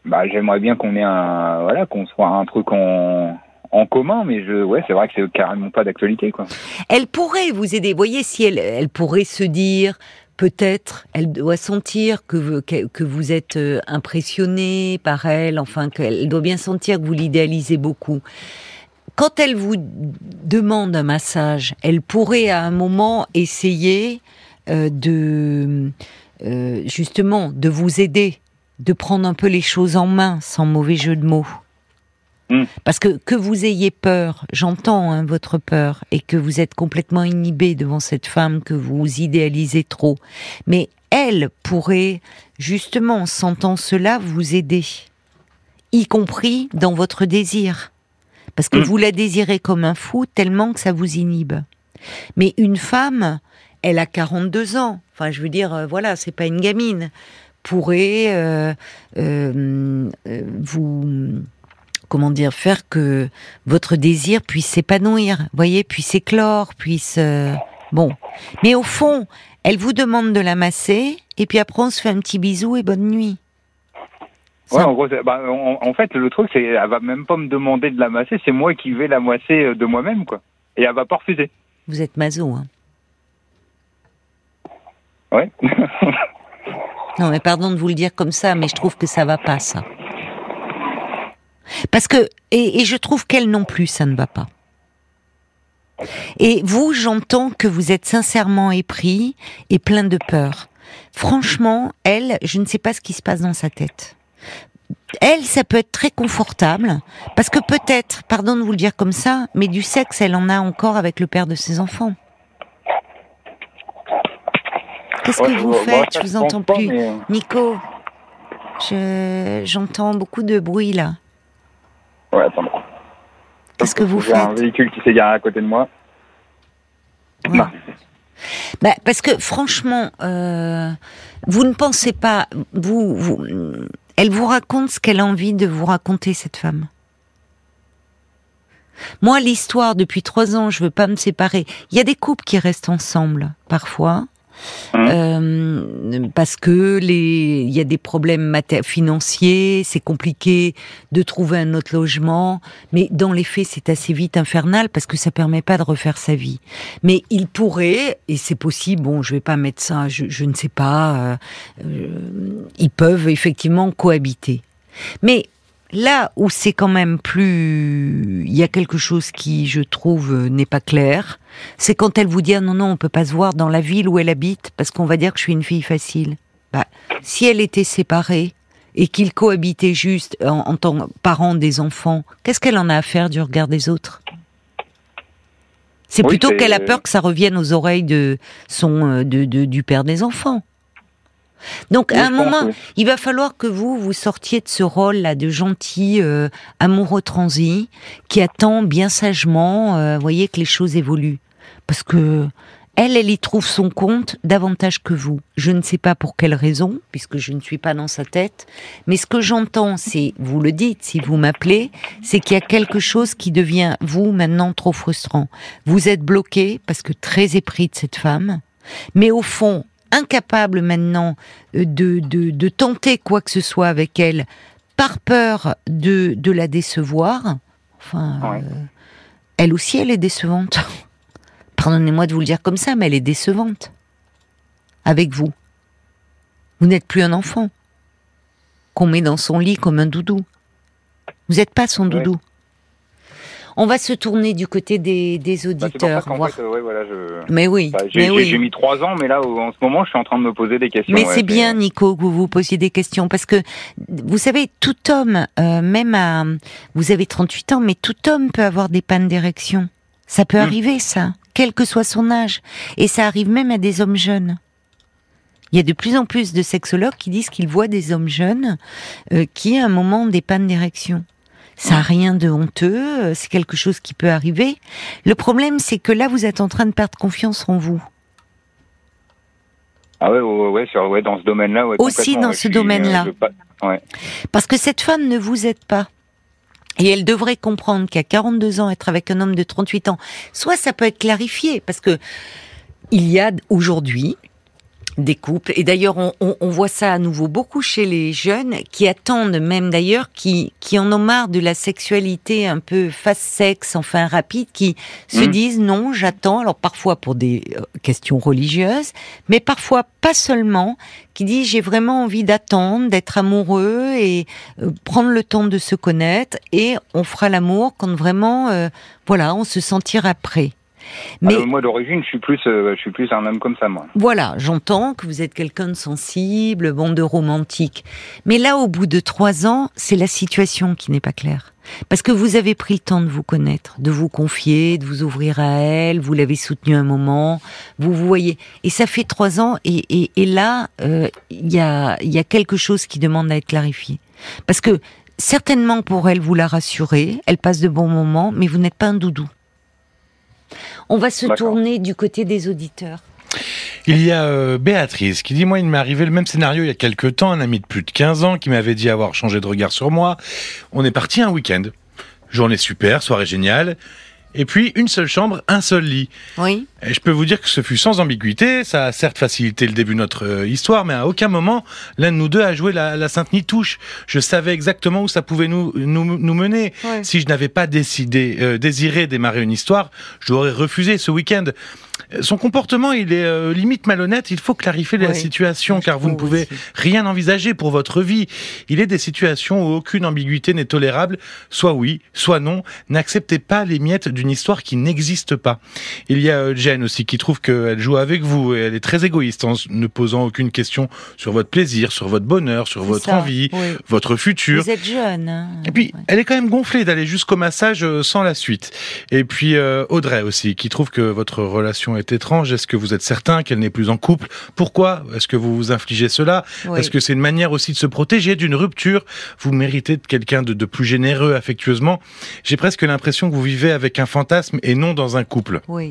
B: bah, j'aimerais bien qu'on ait un, voilà, qu'on soit un truc en, en commun, mais je, ouais, c'est vrai que c'est carrément pas d'actualité, quoi.
A: Elle pourrait vous aider. Vous voyez, si elle, elle pourrait se dire, peut-être, elle doit sentir que vous, que, que vous êtes impressionné par elle, enfin, qu'elle doit bien sentir que vous l'idéalisez beaucoup. Quand elle vous demande un massage, elle pourrait à un moment essayer euh, de, euh, justement, de vous aider, de prendre un peu les choses en main, sans mauvais jeu de mots. Mmh. Parce que que vous ayez peur, j'entends hein, votre peur, et que vous êtes complètement inhibé devant cette femme que vous idéalisez trop. Mais elle pourrait, justement, en sentant cela, vous aider, y compris dans votre désir. Parce que mmh. vous la désirez comme un fou, tellement que ça vous inhibe. Mais une femme, elle a quarante-deux ans. Enfin, je veux dire, euh, voilà, c'est pas une gamine. Pourrait euh, euh, euh, vous, comment dire, faire que votre désir puisse s'épanouir, vous voyez, puisse éclore, puisse... Euh, bon. Mais au fond, elle vous demande de la masser, et puis après on se fait un petit bisou et bonne nuit.
B: Ouais, en gros, bah, en, en fait, le truc, c'est elle va même pas me demander de la masser, c'est moi qui vais la masser de moi-même, quoi. Et elle va pas refuser.
A: Vous êtes maso, hein.
B: Ouais.
A: Non, mais pardon de vous le dire comme ça, mais je trouve que ça va pas, ça. Parce que, et, et je trouve qu'elle non plus, ça ne va pas. Et vous, j'entends que vous êtes sincèrement épris et plein de peur. Franchement, elle, je ne sais pas ce qui se passe dans sa tête. Elle, ça peut être très confortable, parce que peut-être, pardon de vous le dire comme ça, mais du sexe, elle en a encore avec le père de ses enfants. Qu'est-ce ouais, que vous faites? Moi, je vous entends pas, plus. Mais... Nico, je, j'entends beaucoup de bruit, là.
B: Ouais, attends.
A: Qu'est-ce que vous
B: J'ai
A: faites?
B: un véhicule qui s'est garé à côté de moi.
A: Ouais. Non. Bah, parce que, franchement, euh, vous ne pensez pas... vous, vous Elle vous raconte ce qu'elle a envie de vous raconter, cette femme. Moi, l'histoire, depuis trois ans, je veux pas me séparer. Il y a des couples qui restent ensemble, parfois, mmh. euh, parce que les, il y a des problèmes mater- financiers, c'est compliqué de trouver un autre logement, mais dans les faits, c'est assez vite infernal parce que ça permet pas de refaire sa vie. Mais il pourrait, et c'est possible, bon, je vais pas mettre ça, je, je ne sais pas, euh, euh, ils peuvent effectivement cohabiter. Mais là où c'est quand même plus... il y a quelque chose qui, je trouve, n'est pas clair, c'est quand elle vous dit ah, « non, non, on peut pas se voir dans la ville où elle habite, parce qu'on va dire que je suis une fille facile. » Bah, si elle était séparée, et qu'ils cohabitaient juste en, en tant que parents des enfants, qu'est-ce qu'elle en a à faire du regard des autres ? C'est oui, plutôt c'est... qu'elle a peur que ça revienne aux oreilles de son, de, de, du père des enfants. Donc, oui, à un moment, pense, oui. il va falloir que vous, vous sortiez de ce rôle-là de gentil, euh, amoureux transi, qui attend bien sagement, euh, voyez, que les choses évoluent. Parce que, elle, elle y trouve son compte davantage que vous. Je ne sais pas pour quelle raison, puisque je ne suis pas dans sa tête, mais ce que j'entends, c'est, vous le dites, si vous m'appelez, c'est qu'il y a quelque chose qui devient, vous, maintenant, trop frustrant. Vous êtes bloqué, parce que très épris de cette femme, mais au fond, incapable maintenant de, de, de tenter quoi que ce soit avec elle, par peur de, de la décevoir. Enfin, ouais. euh, elle aussi, elle est décevante. Pardonnez-moi de vous le dire comme ça, mais elle est décevante. Avec vous. Vous n'êtes plus un enfant qu'on met dans son lit comme un doudou. Vous n'êtes pas son doudou. Ouais. On va se tourner du côté des, des auditeurs.
B: Bah, voir... fait, euh, ouais, voilà, je...
A: Mais oui,
B: bah, j'ai,
A: mais
B: j'ai,
A: oui.
B: j'ai mis trois ans, mais là, en ce moment, je suis en train de me poser des questions.
A: Mais
B: ouais,
A: c'est bien, c'est... Nico, que vous vous posiez des questions, parce que, vous savez, tout homme, euh, même à... Vous avez trente-huit ans, mais tout homme peut avoir des pannes d'érection. Ça peut mmh. arriver, ça, quel que soit son âge. Et ça arrive même à des hommes jeunes. Il y a de plus en plus de sexologues qui disent qu'ils voient des hommes jeunes euh, qui, à un moment, ont des pannes d'érection. Ça n'a rien de honteux, c'est quelque chose qui peut arriver. Le problème, c'est que là, vous êtes en train de perdre confiance en vous.
B: Ah ouais, ouais, ouais, sur, ouais dans ce domaine-là. Ouais,
A: aussi dans
B: ouais,
A: ce
B: suis,
A: domaine-là.
B: Euh, pas... ouais.
A: Parce que cette femme ne vous aide pas. Et elle devrait comprendre qu'à quarante-deux ans, être avec un homme de trente-huit ans, soit ça peut être clarifié, parce que il y a aujourd'hui Des couples. Et d'ailleurs, on, on, on voit ça à nouveau beaucoup chez les jeunes qui attendent même d'ailleurs, qui, qui en ont marre de la sexualité un peu fast-sex, enfin rapide, qui mmh. se disent non, j'attends. Alors parfois pour des euh, questions religieuses, mais parfois pas seulement, qui disent j'ai vraiment envie d'attendre, d'être amoureux et euh, prendre le temps de se connaître et on fera l'amour quand vraiment, euh, voilà, on se sentira prêt.
B: Mais alors, moi d'origine, je suis plus, euh, je suis plus un homme comme ça, moi.
A: Voilà, j'entends que vous êtes quelqu'un de sensible, bon, de romantique. Mais là, au bout de trois ans, c'est la situation qui n'est pas claire. Parce que vous avez pris le temps de vous connaître, de vous confier, de vous ouvrir à elle, vous l'avez soutenue un moment, vous vous voyez. Et ça fait trois ans, et, et, et là, il euh, y a, y a quelque chose qui demande à être clarifié. Parce que certainement pour elle, vous la rassurez, elle passe de bons moments, mais vous n'êtes pas un doudou. On va se D'accord. tourner du côté des auditeurs.
C: Il y a euh, Béatrice qui dit « Moi, il m'est arrivé le même scénario il y a quelques temps, un ami de plus de quinze ans qui m'avait dit avoir changé de regard sur moi. On est parti un week-end. Journée super, soirée géniale. Et puis, une seule chambre, un seul lit.
A: Oui.
C: Et je peux vous dire que ce fut sans ambiguïté. Ça a certes facilité le début de notre euh, histoire, mais à aucun moment, l'un de nous deux a joué la, la sainte nitouche. Je savais exactement où ça pouvait nous, nous, nous mener. Ouais. Si je n'avais pas décidé, euh, désiré démarrer une histoire, je l'aurais refusé ce week-end. Son comportement, il est euh, limite malhonnête. Il faut clarifier oui. la situation, car vous ne pouvez aussi. rien envisager pour votre vie. Il est des situations où aucune ambiguïté n'est tolérable. Soit oui, soit non. N'acceptez pas les miettes d'une histoire qui n'existe pas. Il y a euh, Jen aussi qui trouve qu'elle joue avec vous et elle est très égoïste en ne posant aucune question sur votre plaisir, sur votre bonheur, sur C'est votre ça. envie, oui. votre futur.
A: Vous êtes jeune. Hein.
C: Et puis, ouais. elle est quand même gonflée d'aller jusqu'au massage euh, sans la suite. Et puis euh, Audrey aussi qui trouve que votre relation est étrange. Est-ce que vous êtes certain qu'elle n'est plus en couple ? Pourquoi est-ce que vous vous infligez cela ? Oui. Est-ce que c'est une manière aussi de se protéger d'une rupture ? Vous méritez de quelqu'un de, de plus généreux affectueusement. J'ai presque l'impression que vous vivez avec un fantasme et non dans un couple.
A: Oui.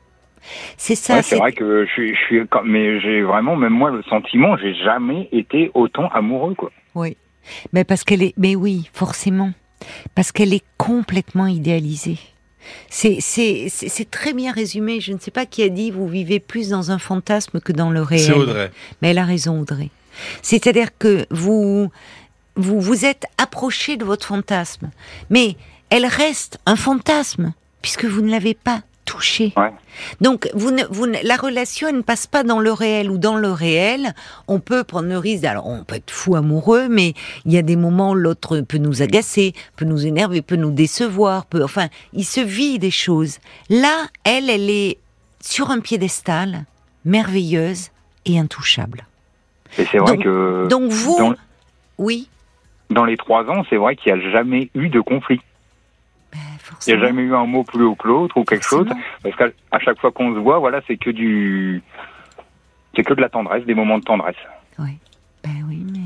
A: C'est ça.
B: Ouais, c'est, c'est vrai que je suis, je suis, mais j'ai vraiment, même moi, le sentiment, j'ai jamais été autant amoureux, quoi.
A: Oui. Mais parce qu'elle est, mais oui, forcément. Parce qu'elle est complètement idéalisée. C'est, c'est, c'est, c'est très bien résumé. Je ne sais pas qui a dit vous vivez plus dans un fantasme que dans le réel.
C: C'est Audrey.
A: Mais elle a raison, Audrey. C'est-à-dire que vous, vous, vous êtes approché de votre fantasme. Mais elle reste un fantasme, puisque vous ne l'avez pas touché.
B: Ouais.
A: Donc, vous ne, vous ne, la relation, elle ne passe pas dans le réel, ou dans le réel, on peut prendre le risque, alors on peut être fou amoureux, mais il y a des moments où l'autre peut nous agacer, peut nous énerver, peut nous décevoir, peut, enfin, il se vit des choses. Là, elle, elle est sur un piédestal, merveilleuse et intouchable.
B: Et c'est vrai
A: donc,
B: que...
A: Donc vous,
B: dans,
A: oui.
B: Dans les trois ans, c'est vrai qu'il n'y a jamais eu de conflit.
A: Ben,
B: il n'y a jamais eu un mot plus haut que l'autre ou quelque
A: forcément.
B: chose, parce qu'à chaque fois qu'on se voit, voilà, c'est que du, c'est que de la tendresse, des moments de tendresse.
A: Oui, ben oui, mais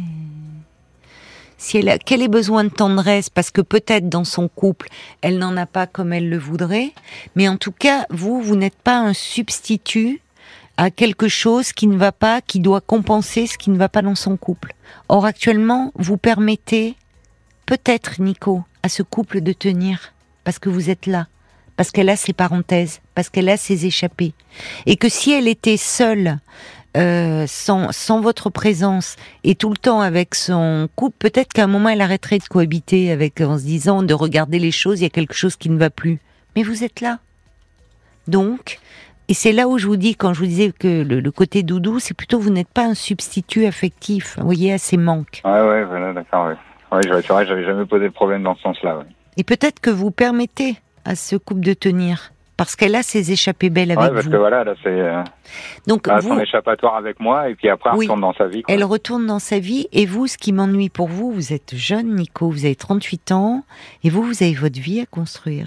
A: si elle a, qu'elle ait besoin de tendresse, parce que peut-être dans son couple, elle n'en a pas comme elle le voudrait, mais en tout cas, vous, vous n'êtes pas un substitut à quelque chose qui ne va pas, qui doit compenser ce qui ne va pas dans son couple. Or, actuellement, vous permettez, peut-être, Nico, à ce couple de tenir, parce que vous êtes là, parce qu'elle a ses parenthèses, parce qu'elle a ses échappées. Et que si elle était seule, euh, sans, sans votre présence, et tout le temps avec son couple, peut-être qu'à un moment elle arrêterait de cohabiter avec, en se disant, de regarder les choses, il y a quelque chose qui ne va plus. Mais vous êtes là. Donc, et c'est là où je vous dis, quand je vous disais que le, le côté doudou, c'est plutôt vous n'êtes pas un substitut affectif, vous voyez, à ces manques.
B: Ouais, ouais, voilà, d'accord, ouais. Ouais, c'est vrai, j'avais jamais posé de problème dans ce sens-là, ouais.
A: Et peut-être que vous permettez à ce couple de tenir, parce qu'elle a ses échappées belles avec vous.
B: Ouais, parce
A: vous.
B: que voilà, là, c'est euh,
A: donc
B: là,
A: vous,
B: son échappatoire avec moi, et puis après, elle
A: oui,
B: retourne dans sa vie, quoi.
A: Elle retourne dans sa vie, et vous, ce qui m'ennuie pour vous, vous êtes jeune, Nico, vous avez trente-huit ans, et vous, vous avez votre vie à construire.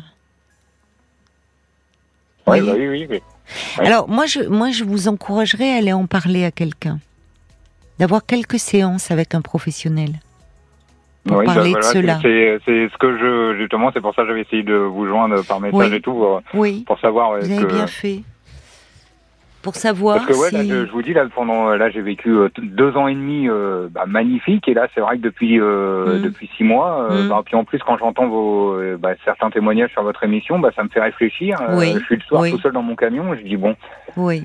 B: Ouais, bah oui, oui, oui. Ouais.
A: Alors, moi je, moi, je vous encouragerais à aller en parler à quelqu'un. D'avoir quelques séances avec un professionnel. Pour
B: oui,
A: parler
B: bah, voilà,
A: de cela.
B: C'est, c'est ce que je, justement, c'est pour ça que j'avais essayé de vous joindre par message
A: oui.
B: et tout, pour,
A: oui.
B: pour savoir.
A: Vous avez
B: que...
A: bien fait. Pour savoir
B: Parce que ouais,
A: si...
B: là, je, je vous dis, là, pendant, là, j'ai vécu euh, deux ans et demi euh, bah, magnifiques, et là, c'est vrai que depuis euh, mmh. depuis six mois, euh, mmh. bah, puis en plus, quand j'entends vos euh, bah, certains témoignages sur votre émission, bah, ça me fait réfléchir.
A: Oui.
B: Euh, je suis le soir
A: oui.
B: tout seul dans mon camion, et je dis bon.
A: Oui.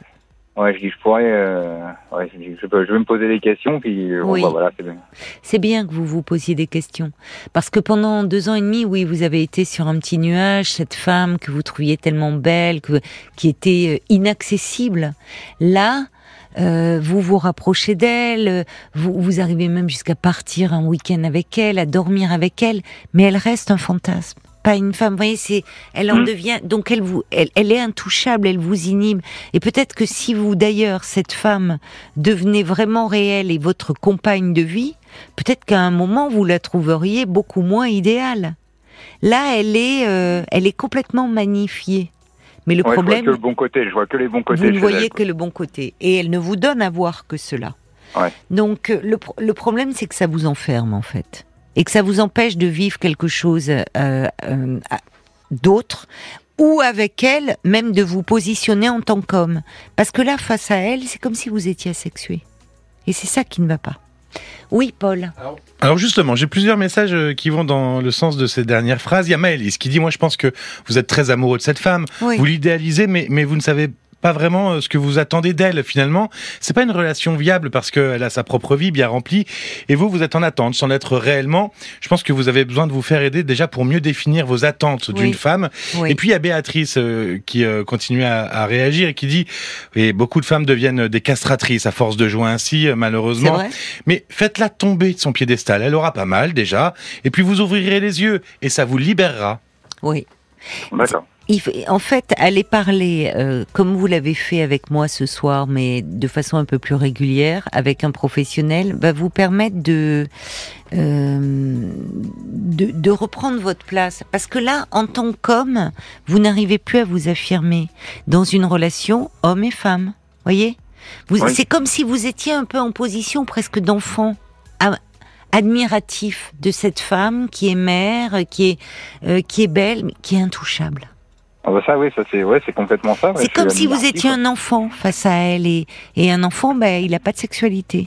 B: Ouais, je dis, je pourrais, euh, ouais, je, dis, je, peux- je vais me poser des questions, puis bon,
A: Oui.
B: bah, voilà, c'est bien.
A: C'est bien que vous vous posiez des questions. Parce que pendant deux ans et demi, oui, vous avez été sur un petit nuage, cette femme que vous trouviez tellement belle, que, qui était inaccessible. Là, euh, vous vous rapprochez d'elle, vous, vous arrivez même jusqu'à partir un week-end avec elle, à dormir avec elle, mais elle reste un fantasme. Pas une femme, vous voyez, c'est, elle en
B: Mmh.
A: devient, donc elle vous, elle, elle est intouchable, elle vous inhibe. Et peut-être que si vous, d'ailleurs, cette femme devenait vraiment réelle et votre compagne de vie, peut-être qu'à un moment vous la trouveriez beaucoup moins idéale. Là, elle est, euh, elle est complètement magnifiée. Mais le
B: Ouais,
A: problème,
B: je vois que le bon côté, je vois que les bons côtés.
A: vous ne
B: chez
A: voyez
B: elle,
A: que le bon côté, et elle ne vous donne à voir que cela.
B: Ouais.
A: Donc euh, le, pro- le problème, c'est que ça vous enferme en fait, et que ça vous empêche de vivre quelque chose euh, euh, d'autre, ou avec elle, même de vous positionner en tant qu'homme. Parce que là, face à elle, c'est comme si vous étiez asexué, et c'est ça qui ne va pas. Oui, Paul.
C: Alors justement, j'ai plusieurs messages euh, qui vont dans le sens de ces dernières phrases. Il y a Maëlys qui dit, moi je pense que vous êtes très amoureux de cette femme,
A: Oui.
C: vous l'idéalisez, mais, mais vous ne savez pas vraiment euh, ce que vous attendez d'elle finalement. C'est pas une relation viable parce qu'elle a sa propre vie bien remplie et vous, vous êtes en attente sans l'être réellement. Je pense que vous avez besoin de vous faire aider déjà pour mieux définir vos attentes
A: Oui.
C: d'une femme.
A: Oui.
C: Et puis il y a Béatrice euh, qui euh, continue à, à réagir et qui dit, et beaucoup de femmes deviennent des castratrices à force de jouer ainsi, euh,
A: C'est
C: malheureusement.
A: vrai.
C: Mais faites-la tomber de son piédestal, elle aura pas mal déjà, et puis vous ouvrirez les yeux, et ça vous libérera.
A: Oui.
B: D'accord.
A: Il faut- En fait, aller parler, euh, comme vous l'avez fait avec moi ce soir, mais de façon un peu plus régulière, avec un professionnel, va vous permettre de, euh, de, de reprendre votre place. Parce que là, en tant qu'homme, vous n'arrivez plus à vous affirmer dans une relation homme et femme. Voyez, vous,
B: Oui.
A: c'est comme si vous étiez un peu en position presque d'enfant, à- admiratif de cette femme qui est mère, qui est, euh, qui est belle, mais qui est intouchable.
B: Ah bah ça, oui, ça c'est, ouais, c'est complètement ça. Ouais,
A: C'est
B: je suis
A: comme si vous
B: admiratif,
A: étiez
B: quoi.
A: un enfant face à elle, et, et un enfant, ben, il n'a pas de sexualité.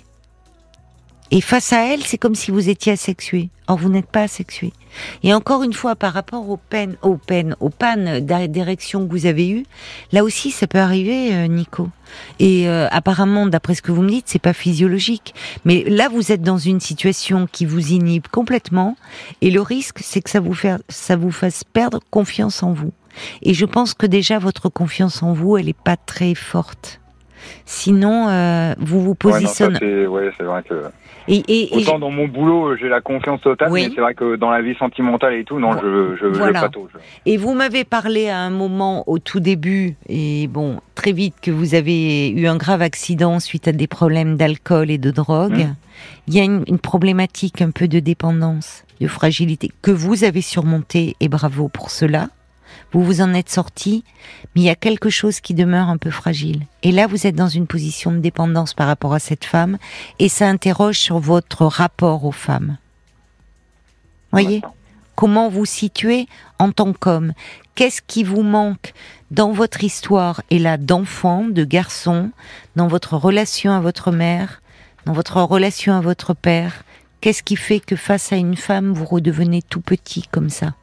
A: Et face à elle, c'est comme si vous étiez asexué. Or, vous n'êtes pas asexué. Et encore une fois, par rapport aux peines, aux peines, aux pannes d'érection que vous avez eues, là aussi, ça peut arriver, euh, Nico. Et euh, apparemment, d'après ce que vous me dites, c'est pas physiologique. Mais là, vous êtes dans une situation qui vous inhibe complètement, et le risque, c'est que ça vous, fait, ça vous fasse perdre confiance en vous. Et je pense que déjà, votre confiance en vous, elle est pas très forte. Sinon, euh, vous vous
B: Ouais, non, ça,
A: positionnez...
B: c'est, ouais, c'est vrai que.
A: Et, et, et
B: Autant dans mon boulot, j'ai la confiance totale,
A: Oui.
B: mais c'est vrai que dans la vie sentimentale et tout, non,
A: Vo-
B: je, je,
A: voilà.
B: je patauge.
A: Et vous m'avez parlé à un moment au tout début, et bon, très vite, que vous avez eu un grave accident suite à des problèmes d'alcool et de drogue.
B: Mmh.
A: Il y a une, une problématique un peu de dépendance, de fragilité, que vous avez surmontée, et bravo pour cela. Vous vous en êtes sorti, mais il y a quelque chose qui demeure un peu fragile. Et là, vous êtes dans une position de dépendance par rapport à cette femme, et ça interroge sur votre rapport aux femmes. Voyez ?
B: D'accord.
A: Comment vous situez en tant qu'homme? Qu'est-ce qui vous manque dans votre histoire, et là, d'enfant, de garçon, dans votre relation à votre mère, dans votre relation à votre père? Qu'est-ce qui fait que face à une femme, vous redevenez tout petit comme ça?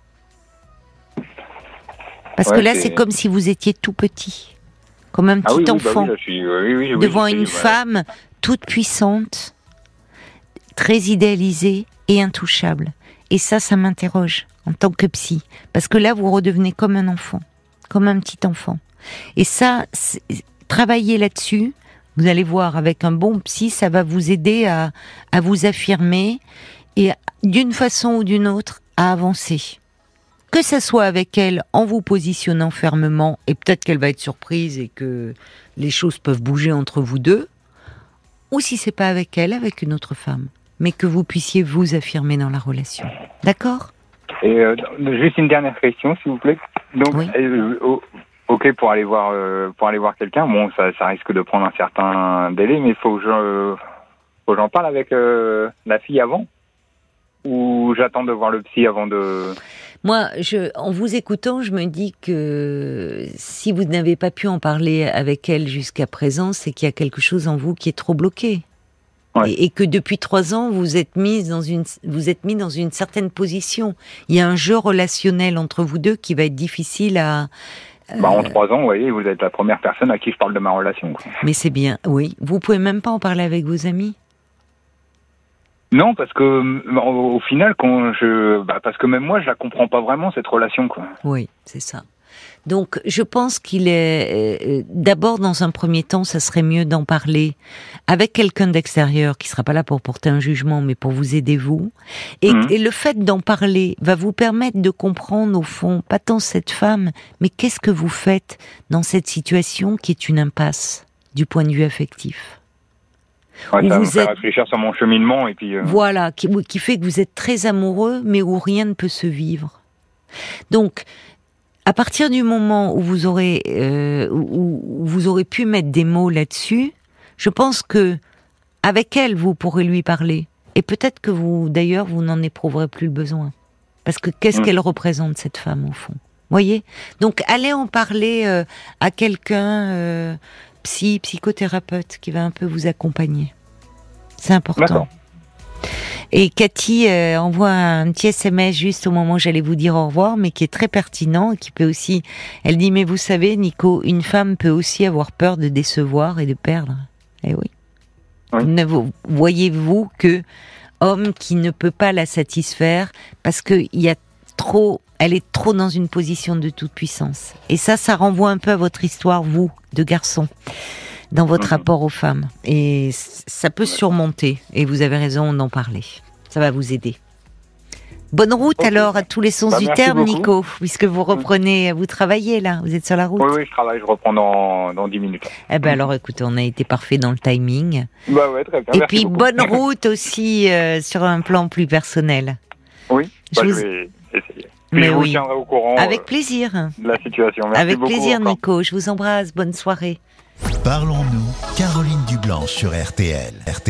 A: Parce
B: Ouais,
A: que là,
B: c'est-
A: c'est comme si vous étiez tout petit, comme un petit
B: Ah oui, oui, bah
A: enfant,
B: oui, là, je suis, oui, oui, oui,
A: devant
B: je suis-
A: une
B: ouais.
A: femme toute puissante, très idéalisée et intouchable. Et ça, ça m'interroge en tant que psy. Parce que là, vous redevenez comme un enfant, comme un petit enfant. Et ça, c'est- travailler là-dessus, vous allez voir, avec un bon psy, ça va vous aider à, à vous affirmer et d'une façon ou d'une autre à avancer. Que ça soit avec elle en vous positionnant fermement, et peut-être qu'elle va être surprise et que les choses peuvent bouger entre vous deux, ou si c'est pas avec elle, avec une autre femme, mais que vous puissiez vous affirmer dans la relation. D'accord ?
B: Et euh, juste une dernière question, s'il vous plaît. Donc,
A: Oui.
B: euh, oh, ok, pour aller voir, euh, pour aller voir quelqu'un, bon, ça, ça risque de prendre un certain délai, mais faut que je, faut que j'en parle avec euh, la fille avant, ou j'attends de voir le psy avant de.
A: Moi, je, en vous écoutant, je me dis que si vous n'avez pas pu en parler avec elle jusqu'à présent, c'est qu'il y a quelque chose en vous qui est trop bloqué.
B: Ouais.
A: Et, et que depuis trois ans, vous êtes mis dans une, vous êtes mis dans une certaine position. Il y a un jeu relationnel entre vous deux qui va être difficile à,
B: Bah, en trois ans, vous voyez, vous êtes la première personne à qui je parle de ma relation, quoi.
A: Mais c'est bien, oui. Vous pouvez même pas en parler avec vos amis?
B: Non, parce que au, au final, quand je, bah, parce que même moi, je la comprends pas vraiment cette relation, quoi.
A: Oui, c'est ça. Donc, je pense qu'il est euh, d'abord, dans un premier temps, ça serait mieux d'en parler avec quelqu'un d'extérieur qui sera pas là pour porter un jugement, mais pour vous aider vous. Et, mmh. et le fait d'en parler va vous permettre de comprendre au fond, pas tant cette femme, mais qu'est-ce que vous faites dans cette situation qui est une impasse du point de vue affectif.
B: Ouais, ça va me faire réfléchir sur mon cheminement et puis. Euh...
A: Voilà, qui, qui fait que vous êtes très amoureux, mais où rien ne peut se vivre. Donc. À partir du moment où vous aurez euh, où, où vous aurez pu mettre des mots là-dessus, je pense que avec elle vous pourrez lui parler et peut-être que vous d'ailleurs vous n'en éprouverez plus le besoin parce que qu'est-ce mmh. qu'elle représente cette femme au fond, voyez. Donc allez en parler euh, à quelqu'un euh, psy psychothérapeute qui va un peu vous accompagner. C'est important.
B: D'accord.
A: Et Cathy euh, envoie un petit S M S juste au moment où j'allais vous dire au revoir, mais qui est très pertinent et qui peut aussi... Elle dit, mais vous savez, Nico, une femme peut aussi avoir peur de décevoir et de perdre. Eh oui. oui. Ne voyez-vous que homme qui ne peut pas la satisfaire parce que il y a trop... Elle est trop dans une position de toute puissance. Et ça, ça renvoie un peu à votre histoire, vous, de garçon, dans votre mmh. rapport aux femmes. Et ça peut surmonter. Et vous avez raison d'en parler. Ça va vous aider. Bonne route okay. alors à tous les sens bah, du terme, beaucoup. Nico, puisque vous reprenez, vous travaillez là, vous êtes sur la route.
B: Oui, oui, je travaille, je reprends dans, dans dix minutes.
A: Eh ben alors écoutez, on a été parfait dans le timing.
B: Bah ouais, très bien.
A: Et
B: merci
A: puis
B: beaucoup.
A: Bonne route aussi euh, sur un plan plus personnel.
B: Oui, bah, je, vous... je vais essayer. Puis
A: Mais
B: je
A: oui.
B: vous tiendrai au courant.
A: Avec
B: euh,
A: plaisir.
B: De la situation. Merci
A: Avec
B: beaucoup,
A: plaisir,
B: encore.
A: Nico. Je vous embrasse. Bonne soirée.
D: Parlons-nous, Caroline Dublanche sur R T L. R T L.